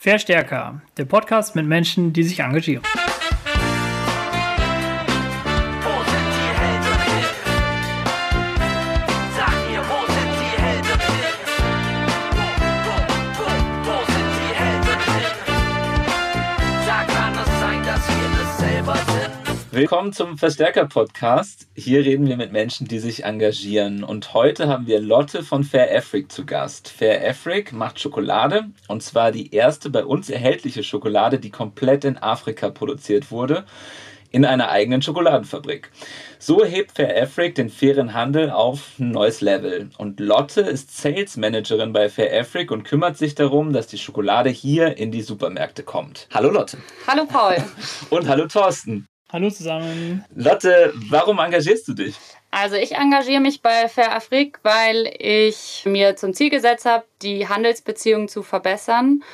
Verstärker, der Podcast mit Menschen, die sich engagieren. Willkommen zum Verstärker-Podcast. Hier reden wir mit Menschen, die sich engagieren. Und heute haben wir Lotte von Fair Afrique zu Gast. Fair Afrique macht Schokolade, und zwar die erste bei uns erhältliche Schokolade, die komplett in Afrika produziert wurde, in einer eigenen Schokoladenfabrik. So hebt Fair Afrique den fairen Handel auf ein neues Level. Und Lotte ist Sales Managerin bei Fair Afrique und kümmert sich darum, dass die Schokolade hier in die Supermärkte kommt. Hallo Lotte. Hallo Paul. Und hallo Thorsten. Hallo zusammen. Lotte, warum engagierst du dich? Also ich engagiere mich bei Fair Afrique, weil ich mir zum Ziel gesetzt habe, die Handelsbeziehungen zu verbessern.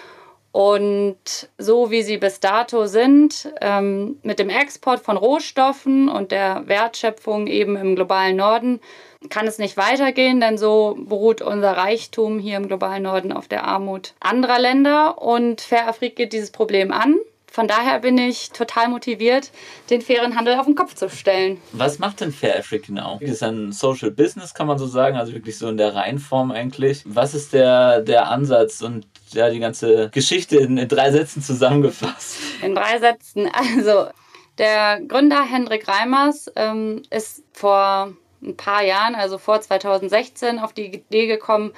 Und so wie sie bis dato sind, mit dem Export von Rohstoffen und der Wertschöpfung eben im globalen Norden, kann es nicht weitergehen, denn so beruht unser Reichtum hier im globalen Norden auf der Armut anderer Länder. Und Fair Afrique geht dieses Problem an. Von daher bin ich total motiviert, den fairen Handel auf den Kopf zu stellen. Was macht denn Fair Afrique genau? Das ist ein Social Business, kann man so sagen, also wirklich so in der Reinform eigentlich. Was ist der Ansatz und ja, die ganze Geschichte in 3 Sätzen zusammengefasst? In 3 Sätzen. Also der Gründer Hendrik Reimers ist vor ein paar Jahren, also vor 2016, auf die Idee gekommen,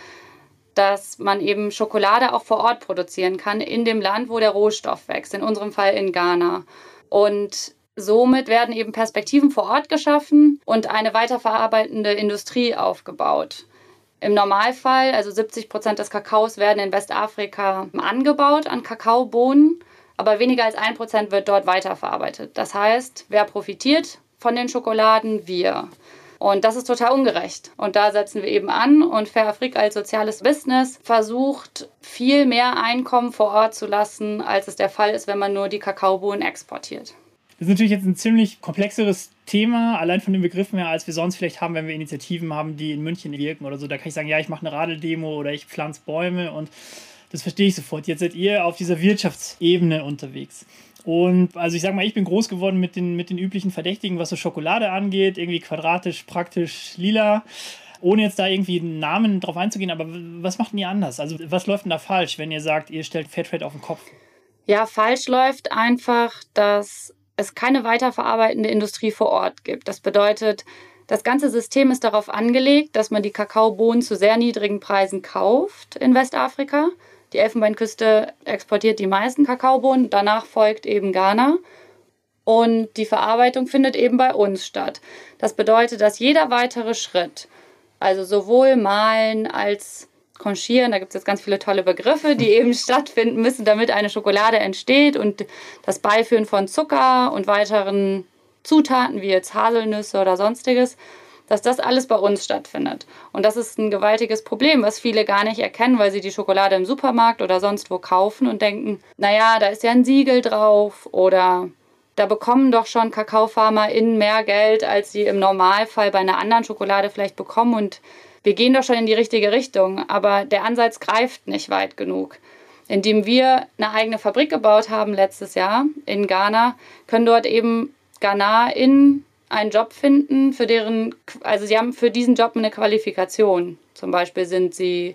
dass man eben Schokolade auch vor Ort produzieren kann, in dem Land, wo der Rohstoff wächst, in unserem Fall in Ghana. Und somit werden eben Perspektiven vor Ort geschaffen und eine weiterverarbeitende Industrie aufgebaut. Im Normalfall, also 70% des Kakaos werden in Westafrika angebaut an Kakaobohnen, aber weniger als 1% wird dort weiterverarbeitet. Das heißt, wer profitiert von den Schokoladen? Wir. Und das ist total ungerecht. Und da setzen wir eben an. Und Fair Afrique als soziales Business versucht, viel mehr Einkommen vor Ort zu lassen, als es der Fall ist, wenn man nur die Kakaobohnen exportiert. Das ist natürlich jetzt ein ziemlich komplexeres Thema, allein von den Begriffen her, als wir sonst vielleicht haben, wenn wir Initiativen haben, die in München wirken oder so. Da kann ich sagen, ja, ich mache eine Radeldemo oder ich pflanze Bäume, und das verstehe ich sofort. Jetzt seid ihr auf dieser Wirtschaftsebene unterwegs. Und also ich sag mal, ich bin groß geworden mit den üblichen Verdächtigen, was so Schokolade angeht, irgendwie quadratisch, praktisch, lila, ohne jetzt da irgendwie einen Namen drauf einzugehen. Aber was macht denn ihr anders? Also was läuft denn da falsch, wenn ihr sagt, ihr stellt Fairtrade auf den Kopf? Ja, falsch läuft einfach, dass es keine weiterverarbeitende Industrie vor Ort gibt. Das bedeutet, das ganze System ist darauf angelegt, dass man die Kakaobohnen zu sehr niedrigen Preisen kauft in Westafrika. Die Elfenbeinküste exportiert die meisten Kakaobohnen, danach folgt eben Ghana. Und die Verarbeitung findet eben bei uns statt. Das bedeutet, dass jeder weitere Schritt, also sowohl Mahlen als Conchieren, da gibt es jetzt ganz viele tolle Begriffe, die eben stattfinden müssen, damit eine Schokolade entsteht, und das Beiführen von Zucker und weiteren Zutaten wie jetzt Haselnüsse oder sonstiges, dass das alles bei uns stattfindet. Und das ist ein gewaltiges Problem, was viele gar nicht erkennen, weil sie die Schokolade im Supermarkt oder sonst wo kaufen und denken, naja, da ist ja ein Siegel drauf oder da bekommen doch schon KakaofarmerInnen mehr Geld, als sie im Normalfall bei einer anderen Schokolade vielleicht bekommen, und wir gehen doch schon in die richtige Richtung. Aber der Ansatz greift nicht weit genug. Indem wir eine eigene Fabrik gebaut haben letztes Jahr in Ghana, können dort eben GhanaerInnen einen Job finden, sie haben für diesen Job eine Qualifikation. Zum Beispiel sind sie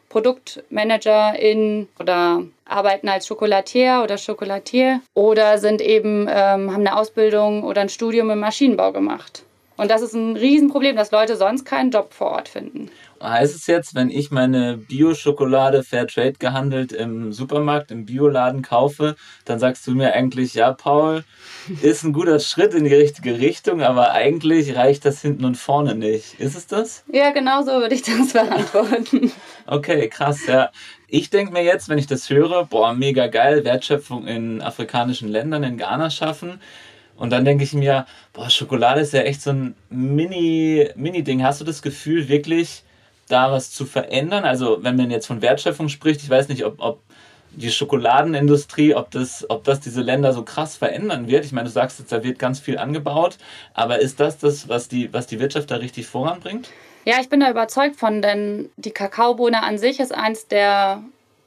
ProduktmanagerInnen oder arbeiten als Chocolatier oder Chocolatier oder sind eben, haben eine Ausbildung oder ein Studium im Maschinenbau gemacht. Und das ist ein Riesenproblem, dass Leute sonst keinen Job vor Ort finden. Heißt es jetzt, wenn ich meine Bio-Schokolade Fairtrade gehandelt im Supermarkt, im Bioladen kaufe, dann sagst du mir eigentlich, ja Paul, ist ein guter Schritt in die richtige Richtung, aber eigentlich reicht das hinten und vorne nicht. Ist es das? Ja, genau so würde ich das beantworten. Okay, krass, ja. Ich denke mir jetzt, wenn ich das höre, boah, mega geil, Wertschöpfung in afrikanischen Ländern, in Ghana schaffen. Und dann denke ich mir, boah, Schokolade ist ja echt so ein Mini-Ding. Hast du das Gefühl, wirklich da was zu verändern? Also wenn man jetzt von Wertschöpfung spricht, ich weiß nicht, ob die Schokoladenindustrie, ob das diese Länder so krass verändern wird. Ich meine, du sagst jetzt, da wird ganz viel angebaut, aber ist das, was die Wirtschaft da richtig voranbringt? Ja, ich bin da überzeugt von, denn die Kakaobohne an sich ist eins der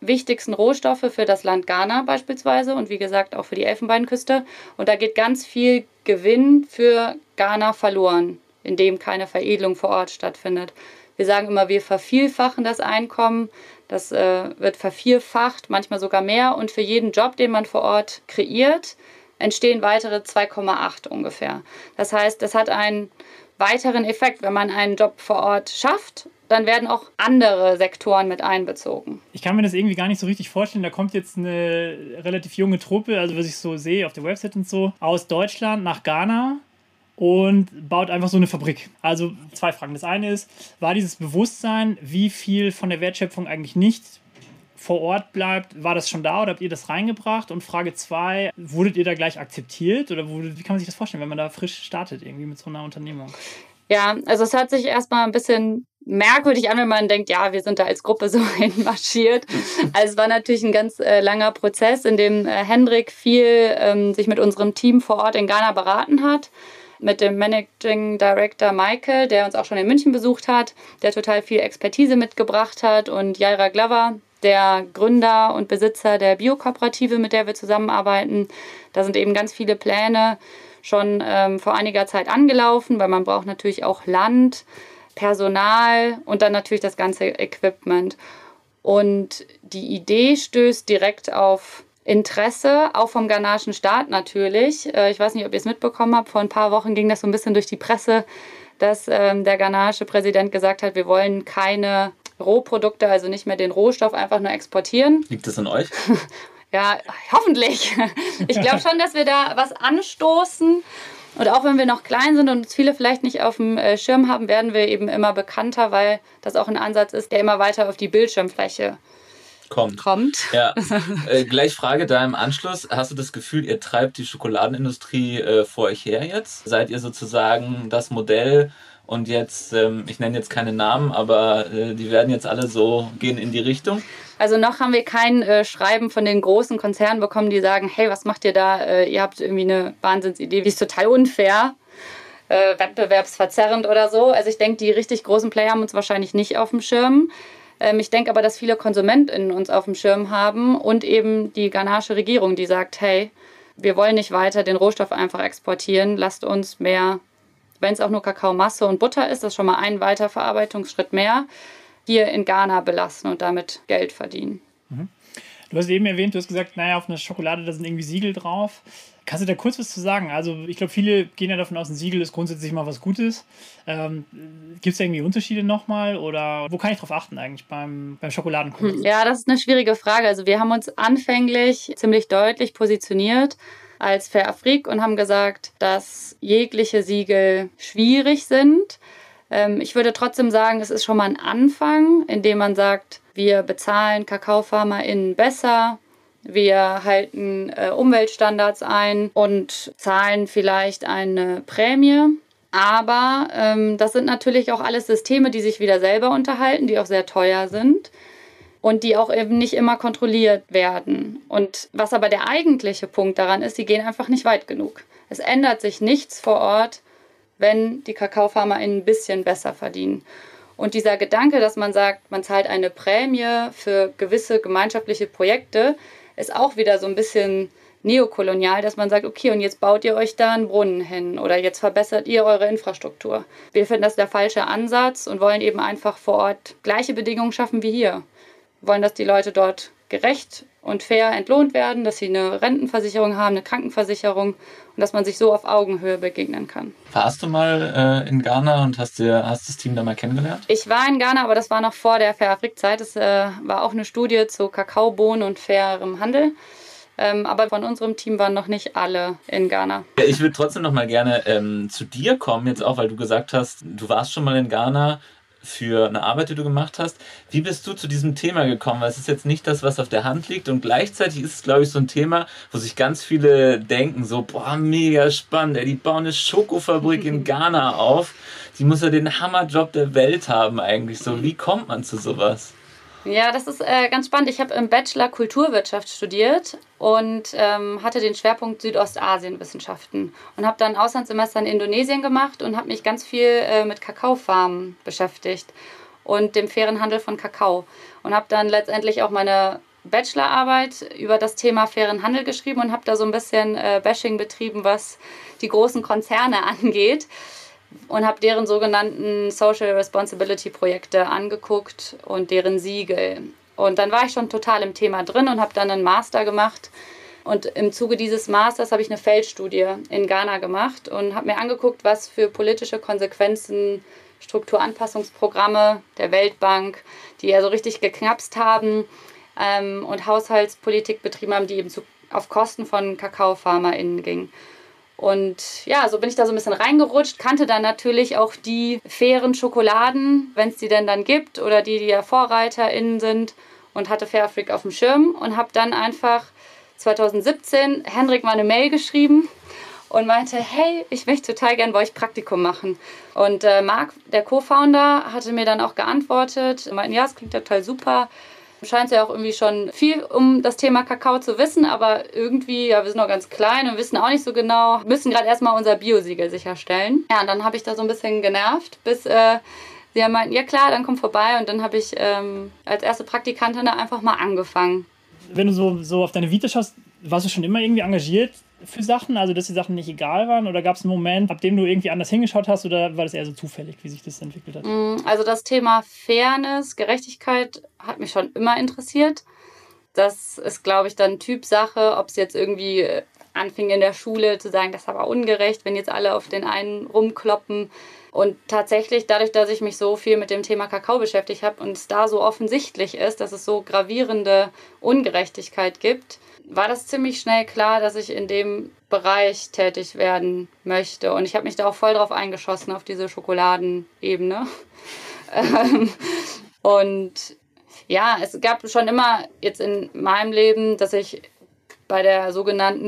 wichtigsten Rohstoffe für das Land Ghana beispielsweise und wie gesagt auch für die Elfenbeinküste. Und da geht ganz viel Gewinn für Ghana verloren, indem keine Veredelung vor Ort stattfindet. Wir sagen immer, wir vervielfachen das Einkommen. Das wird vervierfacht, manchmal sogar mehr. Und für jeden Job, den man vor Ort kreiert, entstehen weitere 2,8 ungefähr. Das heißt, das hat einen weiteren Effekt. Wenn man einen Job vor Ort schafft, dann werden auch andere Sektoren mit einbezogen. Ich kann mir das irgendwie gar nicht so richtig vorstellen. Da kommt jetzt eine relativ junge Truppe, also was ich so sehe auf der Website und so, aus Deutschland nach Ghana und baut einfach so eine Fabrik. Also 2 Fragen. Das eine ist, war dieses Bewusstsein, wie viel von der Wertschöpfung eigentlich nicht vor Ort bleibt, war das schon da oder habt ihr das reingebracht? Und Frage 2, wurdet ihr da gleich akzeptiert oder wie kann man sich das vorstellen, wenn man da frisch startet irgendwie mit so einer Unternehmung? Ja, also es hört sich erstmal ein bisschen merkwürdig an, wenn man denkt, ja, wir sind da als Gruppe so hinmarschiert. Also es war natürlich ein ganz langer Prozess, in dem Hendrik viel sich mit unserem Team vor Ort in Ghana beraten hat. Mit dem Managing Director Michael, der uns auch schon in München besucht hat, der total viel Expertise mitgebracht hat, und Jaira Glover, der Gründer und Besitzer der Biokooperative, mit der wir zusammenarbeiten. Da sind eben ganz viele Pläne schon vor einiger Zeit angelaufen, weil man braucht natürlich auch Land, Personal und dann natürlich das ganze Equipment. Und die Idee stößt direkt auf Interesse, auch vom ghanaischen Staat natürlich. Ich weiß nicht, ob ihr es mitbekommen habt, vor ein paar Wochen ging das so ein bisschen durch die Presse, dass der ghanaische Präsident gesagt hat, wir wollen keine Rohprodukte, also nicht mehr den Rohstoff, einfach nur exportieren. Liegt das an euch? Ja, hoffentlich. Ich glaube schon, dass wir da was anstoßen. Und auch wenn wir noch klein sind und uns viele vielleicht nicht auf dem Schirm haben, werden wir eben immer bekannter, weil das auch ein Ansatz ist, der immer weiter auf die Bildschirmfläche kommt. Ja. Gleich Frage da im Anschluss. Hast du das Gefühl, ihr treibt die Schokoladenindustrie vor euch her jetzt? Seid ihr sozusagen das Modell? Und jetzt, ich nenne jetzt keine Namen, aber die werden jetzt alle so gehen in die Richtung? Also noch haben wir kein Schreiben von den großen Konzernen bekommen, die sagen, hey, was macht ihr da? Ihr habt irgendwie eine Wahnsinnsidee, die ist total unfair, wettbewerbsverzerrend oder so. Also ich denke, die richtig großen Player haben uns wahrscheinlich nicht auf dem Schirm. Ich denke aber, dass viele KonsumentInnen uns auf dem Schirm haben und eben die ghanaische Regierung, die sagt, hey, wir wollen nicht weiter den Rohstoff einfach exportieren, lasst uns mehr, wenn es auch nur Kakaomasse und Butter ist, das ist schon mal ein Weiterverarbeitungsschritt mehr, hier in Ghana belassen und damit Geld verdienen. Mhm. Du hast eben erwähnt, du hast gesagt, naja, auf einer Schokolade, da sind irgendwie Siegel drauf. Kannst du da kurz was zu sagen? Also ich glaube, viele gehen ja davon aus, ein Siegel ist grundsätzlich mal was Gutes. Gibt es da irgendwie Unterschiede nochmal oder wo kann ich drauf achten eigentlich beim Schokoladenkonsum? Ja, das ist eine schwierige Frage. Also wir haben uns anfänglich ziemlich deutlich positioniert als Fair Afrique und haben gesagt, dass jegliche Siegel schwierig sind. Ich würde trotzdem sagen, es ist schon mal ein Anfang, indem man sagt, wir bezahlen KakaofarmerInnen besser, wir halten Umweltstandards ein und zahlen vielleicht eine Prämie. Aber das sind natürlich auch alles Systeme, die sich wieder selber unterhalten, die auch sehr teuer sind und die auch eben nicht immer kontrolliert werden. Und was aber der eigentliche Punkt daran ist, die gehen einfach nicht weit genug. Es ändert sich nichts vor Ort, wenn die KakaofarmerInnen ein bisschen besser verdienen. Und dieser Gedanke, dass man sagt, man zahlt eine Prämie für gewisse gemeinschaftliche Projekte, ist auch wieder so ein bisschen neokolonial, dass man sagt, okay, und jetzt baut ihr euch da einen Brunnen hin oder jetzt verbessert ihr eure Infrastruktur. Wir finden das der falsche Ansatz und wollen eben einfach vor Ort gleiche Bedingungen schaffen wie hier. Wir wollen, dass die Leute dort gerecht und fair entlohnt werden, dass sie eine Rentenversicherung haben, eine Krankenversicherung und dass man sich so auf Augenhöhe begegnen kann. Warst du mal in Ghana und hast das Team da mal kennengelernt? Ich war in Ghana, aber das war noch vor der Fair Afrique-Zeit. Das war auch eine Studie zu Kakaobohnen und fairem Handel. Aber von unserem Team waren noch nicht alle in Ghana. Ja, ich würde trotzdem noch mal gerne zu dir kommen, jetzt auch, weil du gesagt hast, du warst schon mal in Ghana für eine Arbeit, die du gemacht hast. Wie bist du zu diesem Thema gekommen? Weil es ist jetzt nicht das, was auf der Hand liegt und gleichzeitig ist es, glaube ich, so ein Thema, wo sich ganz viele denken, so, boah, mega spannend, ey, die bauen eine Schokofabrik in Ghana auf. Die muss ja den Hammerjob der Welt haben eigentlich. So, wie kommt man zu sowas? Ja, das ist ganz spannend. Ich habe im Bachelor Kulturwirtschaft studiert und hatte den Schwerpunkt Südostasienwissenschaften und habe dann ein Auslandssemester in Indonesien gemacht und habe mich ganz viel mit Kakaofarmen beschäftigt und dem fairen Handel von Kakao und habe dann letztendlich auch meine Bachelorarbeit über das Thema fairen Handel geschrieben und habe da so ein bisschen Bashing betrieben, was die großen Konzerne angeht. Und habe deren sogenannten Social Responsibility Projekte angeguckt und deren Siegel. Und dann war ich schon total im Thema drin und habe dann einen Master gemacht. Und im Zuge dieses Masters habe ich eine Feldstudie in Ghana gemacht und habe mir angeguckt, was für politische Konsequenzen Strukturanpassungsprogramme der Weltbank, die ja so richtig geknapst haben und Haushaltspolitik betrieben haben, die eben auf Kosten von KakaofarmerInnen ging. Und ja, so bin ich da so ein bisschen reingerutscht, kannte dann natürlich auch die fairen Schokoladen, wenn es die denn dann gibt, oder die ja VorreiterInnen sind, und hatte Fairafric auf dem Schirm und habe dann einfach 2017 Hendrik mal eine Mail geschrieben und meinte, hey, ich möchte total gern bei euch Praktikum machen. Und Marc, der Co-Founder, hatte mir dann auch geantwortet, meinte, ja, es klingt total super. Scheint ja auch irgendwie schon viel um das Thema Kakao zu wissen, aber irgendwie, ja, wir sind noch ganz klein und wissen auch nicht so genau, müssen gerade erstmal unser Biosiegel sicherstellen. Ja, und dann habe ich da so ein bisschen genervt, bis sie meinten, ja klar, dann komm vorbei, und dann habe ich als erste Praktikantin da einfach mal angefangen. Wenn du so auf deine Vita schaust, warst du schon immer irgendwie engagiert für Sachen, also dass die Sachen nicht egal waren, oder gab es einen Moment, ab dem du irgendwie anders hingeschaut hast, oder war das eher so zufällig, wie sich das entwickelt hat? Also das Thema Fairness, Gerechtigkeit hat mich schon immer interessiert. Das ist, glaube ich, dann Typsache, ob es jetzt irgendwie anfing in der Schule zu sagen, das ist aber ungerecht, wenn jetzt alle auf den einen rumkloppen. Und tatsächlich, dadurch, dass ich mich so viel mit dem Thema Kakao beschäftigt habe und es da so offensichtlich ist, dass es so gravierende Ungerechtigkeit gibt, war das ziemlich schnell klar, dass ich in dem Bereich tätig werden möchte. Und ich habe mich da auch voll drauf eingeschossen, auf diese Schokoladenebene. Und ja, es gab schon immer jetzt in meinem Leben, dass ich bei der sogenannten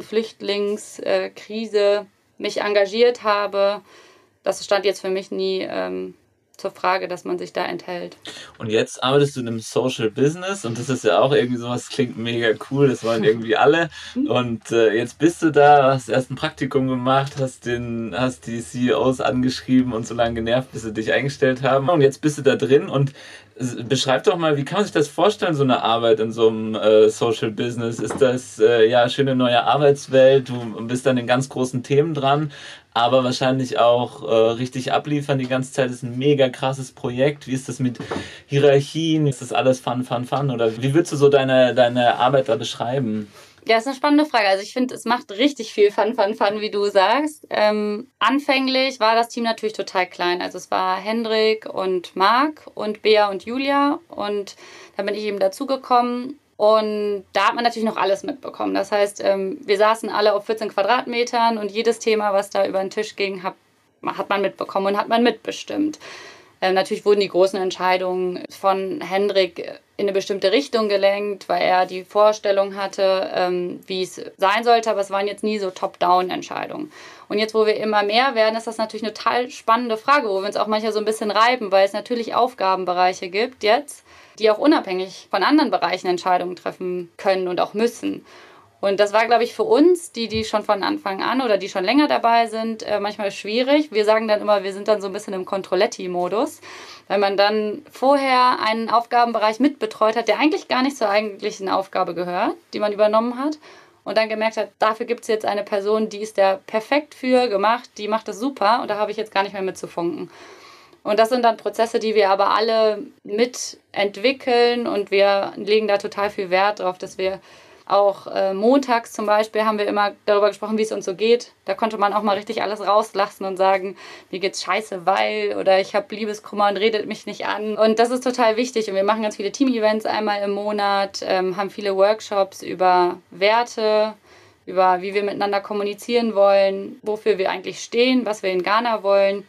Flüchtlingskrise mich engagiert habe. Das stand jetzt für mich nie zur Frage, dass man sich da enthält. Und jetzt arbeitest du in einem Social Business, und das ist ja auch irgendwie sowas, klingt mega cool, das wollen irgendwie alle. Und jetzt bist du da, hast erst ein Praktikum gemacht, hast die CEOs angeschrieben und so lange genervt, bis sie dich eingestellt haben. Und jetzt bist du da drin, und beschreib doch mal, wie kann man sich das vorstellen, so eine Arbeit in so einem Social Business? Ist das ja schöne neue Arbeitswelt, du bist dann in ganz großen Themen dran, aber wahrscheinlich auch richtig abliefern die ganze Zeit, ist ein mega krasses Projekt. Wie ist das mit Hierarchien? Ist das alles Fun? Oder wie würdest du so deine Arbeit da beschreiben? Ja, ist eine spannende Frage. Also ich finde, es macht richtig viel Fun, wie du sagst. Anfänglich war das Team natürlich total klein. Also es war Hendrik und Marc und Bea und Julia, und da bin ich eben dazugekommen. Und da hat man natürlich noch alles mitbekommen. Das heißt, wir saßen alle auf 14 Quadratmetern und jedes Thema, was da über den Tisch ging, hat man mitbekommen und hat man mitbestimmt. Natürlich wurden die großen Entscheidungen von Hendrik in eine bestimmte Richtung gelenkt, weil er die Vorstellung hatte, wie es sein sollte, aber es waren jetzt nie so Top-Down-Entscheidungen. Und jetzt, wo wir immer mehr werden, ist das natürlich eine total spannende Frage, wo wir uns auch manchmal so ein bisschen reiben, weil es natürlich Aufgabenbereiche gibt jetzt, die auch unabhängig von anderen Bereichen Entscheidungen treffen können und auch müssen. Und das war, glaube ich, für uns, die schon von Anfang an oder die schon länger dabei sind, manchmal schwierig. Wir sagen dann immer, wir sind dann so ein bisschen im Controletti-Modus, weil man dann vorher einen Aufgabenbereich mitbetreut hat, der eigentlich gar nicht zur eigentlichen Aufgabe gehört, die man übernommen hat. Und dann gemerkt hat, dafür gibt es jetzt eine Person, die ist da perfekt für gemacht, die macht das super, und da habe ich jetzt gar nicht mehr mitzufunken. Und das sind dann Prozesse, die wir aber alle mitentwickeln, und wir legen da total viel Wert drauf, dass wir auch montags zum Beispiel haben wir immer darüber gesprochen, wie es uns so geht. Da konnte man auch mal richtig alles rauslassen und sagen, mir geht's scheiße, weil, oder ich habe Liebeskummer und redet mich nicht an. Und das ist total wichtig. Und wir machen ganz viele Team-Events einmal im Monat, haben viele Workshops über Werte, über wie wir miteinander kommunizieren wollen, wofür wir eigentlich stehen, was wir in Ghana wollen.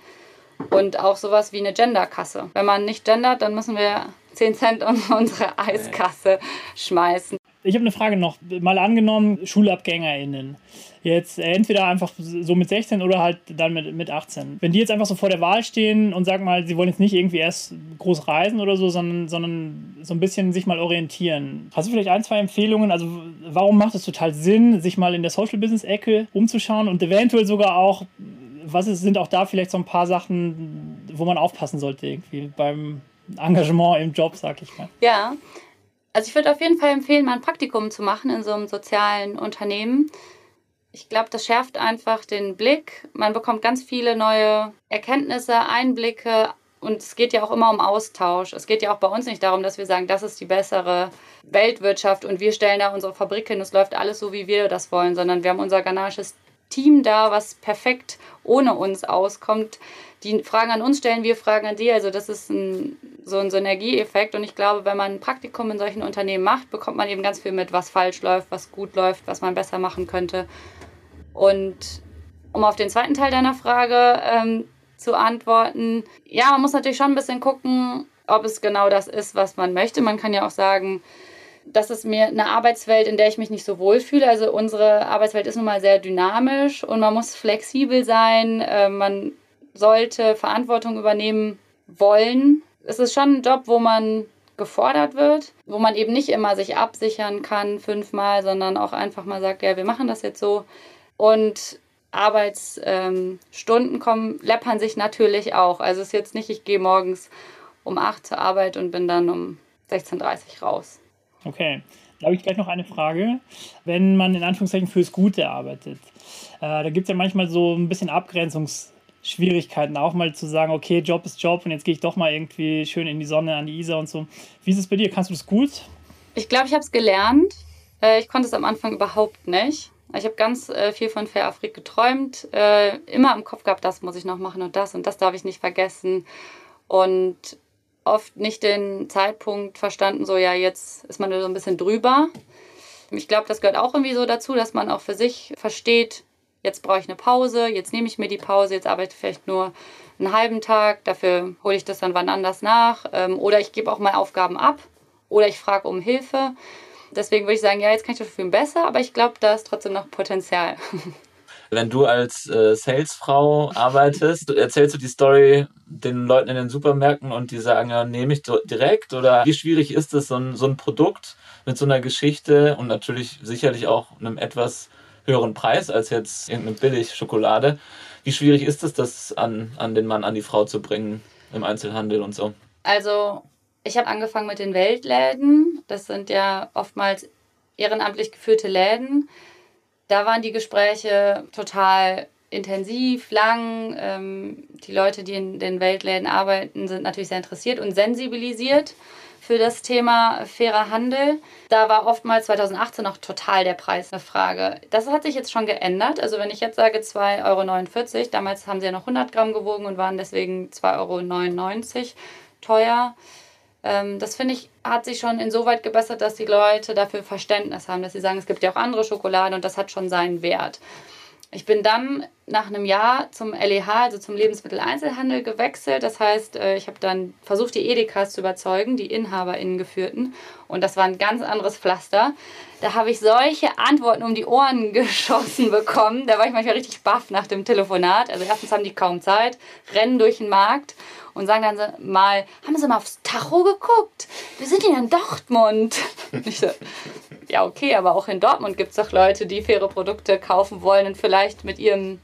Und auch sowas wie eine Genderkasse. Wenn man nicht gendert, dann müssen wir 10 Cent in unsere Eiskasse schmeißen. Ich habe eine Frage noch. Mal angenommen, SchulabgängerInnen. Jetzt entweder einfach so mit 16 oder halt dann mit 18. Wenn die jetzt einfach so vor der Wahl stehen und sagen mal, sie wollen jetzt nicht irgendwie erst groß reisen oder so, sondern so ein bisschen sich mal orientieren. Hast du vielleicht 1, 2 Empfehlungen? Also warum macht es total Sinn, sich mal in der Social-Business-Ecke umzuschauen und eventuell sogar auch, sind auch da vielleicht so ein paar Sachen, wo man aufpassen sollte irgendwie beim Engagement im Job, sag ich mal? Ja, Also ich würde auf jeden Fall empfehlen, mal ein Praktikum zu machen in so einem sozialen Unternehmen. Ich glaube, das schärft einfach den Blick. Man bekommt ganz viele neue Erkenntnisse, Einblicke und es geht ja auch immer um Austausch. Es geht ja auch bei uns nicht darum, dass wir sagen, das ist die bessere Weltwirtschaft und wir stellen da unsere Fabrik hin, es läuft alles so, wie wir das wollen, sondern wir haben unser ghanaisches Team da, was perfekt ohne uns auskommt. Die Fragen an uns stellen, wir Fragen an die. Also das ist so ein Synergieeffekt. Und ich glaube, wenn man ein Praktikum in solchen Unternehmen macht, bekommt man eben ganz viel mit, was falsch läuft, was gut läuft, was man besser machen könnte. Und um auf den zweiten Teil deiner Frage zu antworten, ja, man muss natürlich schon ein bisschen gucken, ob es genau das ist, was man möchte. Man kann ja auch sagen, das ist mir eine Arbeitswelt, in der ich mich nicht so wohlfühle. Also unsere Arbeitswelt ist nun mal sehr dynamisch und man muss flexibel sein. Man sollte Verantwortung übernehmen wollen. Es ist schon ein Job, wo man gefordert wird, wo man eben nicht immer sich absichern kann 5-mal, sondern auch einfach mal sagt, ja, wir machen das jetzt so. Und Arbeitsstunden läppern sich natürlich auch. Also es ist jetzt nicht, ich gehe morgens um 8 zur Arbeit und bin dann um 16:30 raus. Okay, da habe ich gleich noch eine Frage. Wenn man in Anführungszeichen fürs Gute arbeitet, da gibt es ja manchmal so ein bisschen Abgrenzungsschwierigkeiten, auch mal zu sagen, okay, Job ist Job und jetzt gehe ich doch mal irgendwie schön in die Sonne, an die Isar und so. Wie ist es bei dir? Kannst du das gut? Ich glaube, ich habe es gelernt. Ich konnte es am Anfang überhaupt nicht. Ich habe ganz viel von Fair Afrique geträumt, immer im Kopf gehabt, das muss ich noch machen und das darf ich nicht vergessen. Und oft nicht den Zeitpunkt verstanden, so ja, jetzt ist man so ein bisschen drüber. Ich glaube, das gehört auch irgendwie so dazu, dass man auch für sich versteht, jetzt brauche ich eine Pause, jetzt nehme ich mir die Pause, jetzt arbeite ich vielleicht nur einen halben Tag, dafür hole ich das dann wann anders nach. Oder ich gebe auch mal Aufgaben ab oder ich frage um Hilfe. Deswegen würde ich sagen, ja, jetzt kann ich das viel besser, aber ich glaube, da ist trotzdem noch Potenzial. Wenn du als Salesfrau arbeitest, erzählst du die Story den Leuten in den Supermärkten und die sagen, ja, nehme ich direkt? Oder wie schwierig ist es, so ein Produkt mit so einer Geschichte und natürlich sicherlich auch einem etwas höheren Preis als jetzt irgendeine Billig-Schokolade. Wie schwierig ist es, das an den Mann, an die Frau zu bringen im Einzelhandel und so? Also ich habe angefangen mit den Weltläden. Das sind ja oftmals ehrenamtlich geführte Läden. Da waren die Gespräche total intensiv, lang. Die Leute, die in den Weltläden arbeiten, sind natürlich sehr interessiert und sensibilisiert für das Thema fairer Handel. Da war oftmals 2018 noch total der Preis eine Frage. Das hat sich jetzt schon geändert. Also wenn ich jetzt sage 2,49 €, damals haben sie ja noch 100 Gramm gewogen und waren deswegen 2,99 € teuer. Das finde ich, hat sich schon insoweit gebessert, dass die Leute dafür Verständnis haben, dass sie sagen, es gibt ja auch andere Schokolade und das hat schon seinen Wert. Ich bin dann nach einem Jahr zum LEH, also zum Lebensmitteleinzelhandel, gewechselt. Das heißt, ich habe dann versucht, die Edekas zu überzeugen, die InhaberInnen geführten. Und das war ein ganz anderes Pflaster. Da habe ich solche Antworten um die Ohren geschossen bekommen. Da war ich manchmal richtig baff nach dem Telefonat. Also erstens haben die kaum Zeit, rennen durch den Markt und sagen dann mal, haben Sie mal aufs Tacho geguckt? Wir sind hier in Dortmund. Ich so, ja okay, aber auch in Dortmund gibt es doch Leute, die faire Produkte kaufen wollen und vielleicht mit ihrem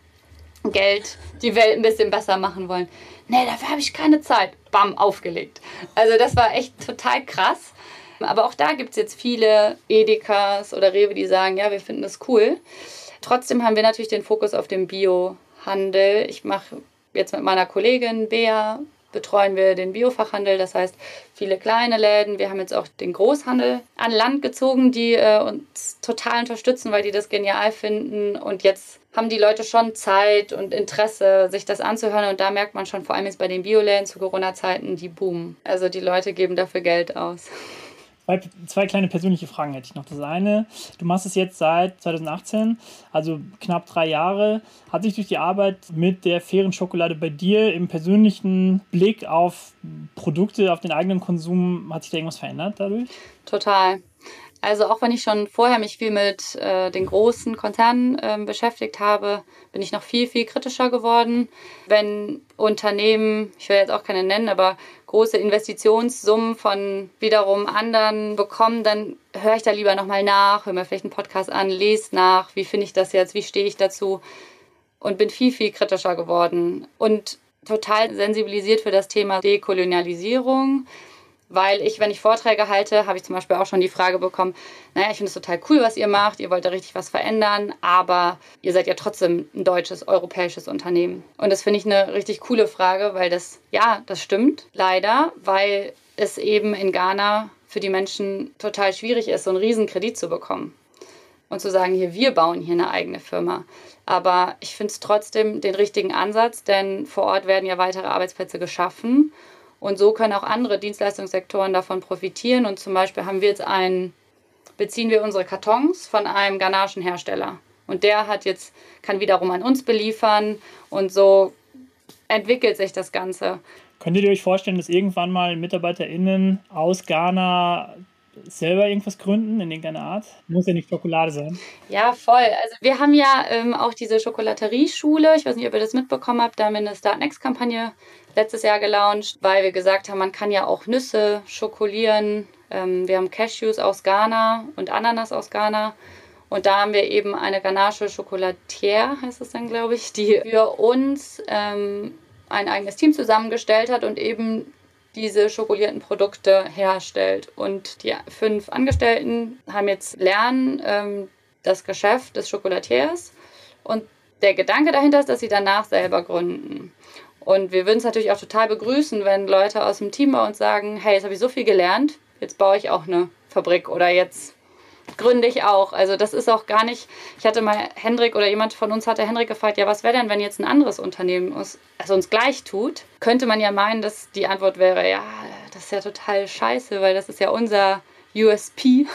Geld die Welt ein bisschen besser machen wollen. Nee, dafür habe ich keine Zeit. Bam, aufgelegt. Also das war echt total krass. Aber auch da gibt es jetzt viele Edekas oder Rewe, die sagen, ja, wir finden das cool. Trotzdem haben wir natürlich den Fokus auf dem Biohandel. Ich mache jetzt mit meiner Kollegin Bea, betreuen wir den Biofachhandel, das heißt viele kleine Läden. Wir haben jetzt auch den Großhandel an Land gezogen, die uns total unterstützen, weil die das genial finden. Und jetzt haben die Leute schon Zeit und Interesse, sich das anzuhören. Und da merkt man schon, vor allem jetzt bei den Bioläden zu Corona-Zeiten, die boomen. Also die Leute geben dafür Geld aus. Zwei kleine persönliche Fragen hätte ich noch. Das eine, du machst es jetzt seit 2018, also knapp 3 Jahre. Hat sich durch die Arbeit mit der fairen Schokolade bei dir im persönlichen Blick auf Produkte, auf den eigenen Konsum, hat sich da irgendwas verändert dadurch? Total. Also auch wenn ich schon vorher mich viel mit den großen Konzernen beschäftigt habe, bin ich noch viel, viel kritischer geworden. Wenn Unternehmen, ich will jetzt auch keine nennen, aber große Investitionssummen von wiederum anderen bekommen, dann höre ich da lieber nochmal nach, höre mir vielleicht einen Podcast an, lese nach, wie finde ich das jetzt, wie stehe ich dazu und bin viel, viel kritischer geworden und total sensibilisiert für das Thema Dekolonialisierung. Weil wenn ich Vorträge halte, habe ich zum Beispiel auch schon die Frage bekommen, naja, ich finde es total cool, was ihr macht, ihr wollt da richtig was verändern, aber ihr seid ja trotzdem ein deutsches, europäisches Unternehmen. Und das finde ich eine richtig coole Frage, weil das stimmt, leider, weil es eben in Ghana für die Menschen total schwierig ist, so einen riesen Kredit zu bekommen. Und zu sagen, wir bauen hier eine eigene Firma. Aber ich finde es trotzdem den richtigen Ansatz, denn vor Ort werden ja weitere Arbeitsplätze geschaffen. Und so können auch andere Dienstleistungssektoren davon profitieren. Und zum Beispiel beziehen wir unsere Kartons von einem ghanaischen Hersteller. Und der kann wiederum an uns beliefern. Und so entwickelt sich das Ganze. Könntet ihr euch vorstellen, dass irgendwann mal MitarbeiterInnen aus Ghana selber irgendwas gründen in irgendeiner Art? Muss ja nicht Schokolade sein. Ja, voll. Also wir haben ja auch diese Schokolaterieschule. Ich weiß nicht, ob ihr das mitbekommen habt. Da haben wir eine Start-Next-Kampagne letztes Jahr gelauncht, weil wir gesagt haben, man kann ja auch Nüsse schokolieren. Wir haben Cashews aus Ghana und Ananas aus Ghana. Und da haben wir eben eine ghanaische Chocolatière, heißt es dann, glaube ich, die für uns ein eigenes Team zusammengestellt hat und eben diese schokolierten Produkte herstellt. Und die 5 Angestellten lernen das Geschäft des Chocolatiers. Und der Gedanke dahinter ist, dass sie danach selber gründen. Und wir würden es natürlich auch total begrüßen, wenn Leute aus dem Team bei uns sagen, hey, jetzt habe ich so viel gelernt, jetzt baue ich auch eine Fabrik oder jetzt gründe ich auch. Also das ist auch gar nicht, ich hatte mal Hendrik oder jemand von uns hatte Hendrik gefragt, ja, was wäre denn, wenn jetzt ein anderes Unternehmen uns gleich tut? Könnte man ja meinen, dass die Antwort wäre, ja, das ist ja total scheiße, weil das ist ja unser USP.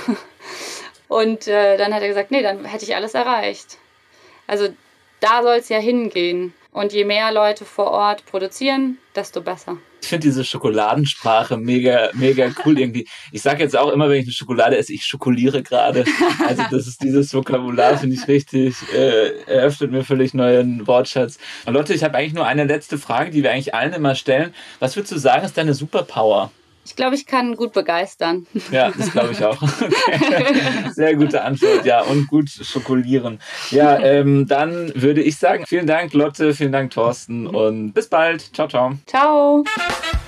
Und dann hat er gesagt, nee, dann hätte ich alles erreicht. Also da soll es ja hingehen. Und je mehr Leute vor Ort produzieren, desto besser. Ich finde diese Schokoladensprache mega, mega cool irgendwie. Ich sage jetzt auch immer, wenn ich eine Schokolade esse, ich schokoliere gerade. Also das ist dieses Vokabular, finde ich richtig, eröffnet mir völlig neuen Wortschatz. Und Lotte, ich habe eigentlich nur eine letzte Frage, die wir eigentlich allen immer stellen. Was würdest du sagen, ist deine Superpower? Ich glaube, ich kann gut begeistern. Ja, das glaube ich auch. Okay. Sehr gute Antwort, ja, und gut schokolieren. Ja, dann würde ich sagen, vielen Dank Lotte, vielen Dank Thorsten und bis bald. Ciao, ciao. Ciao.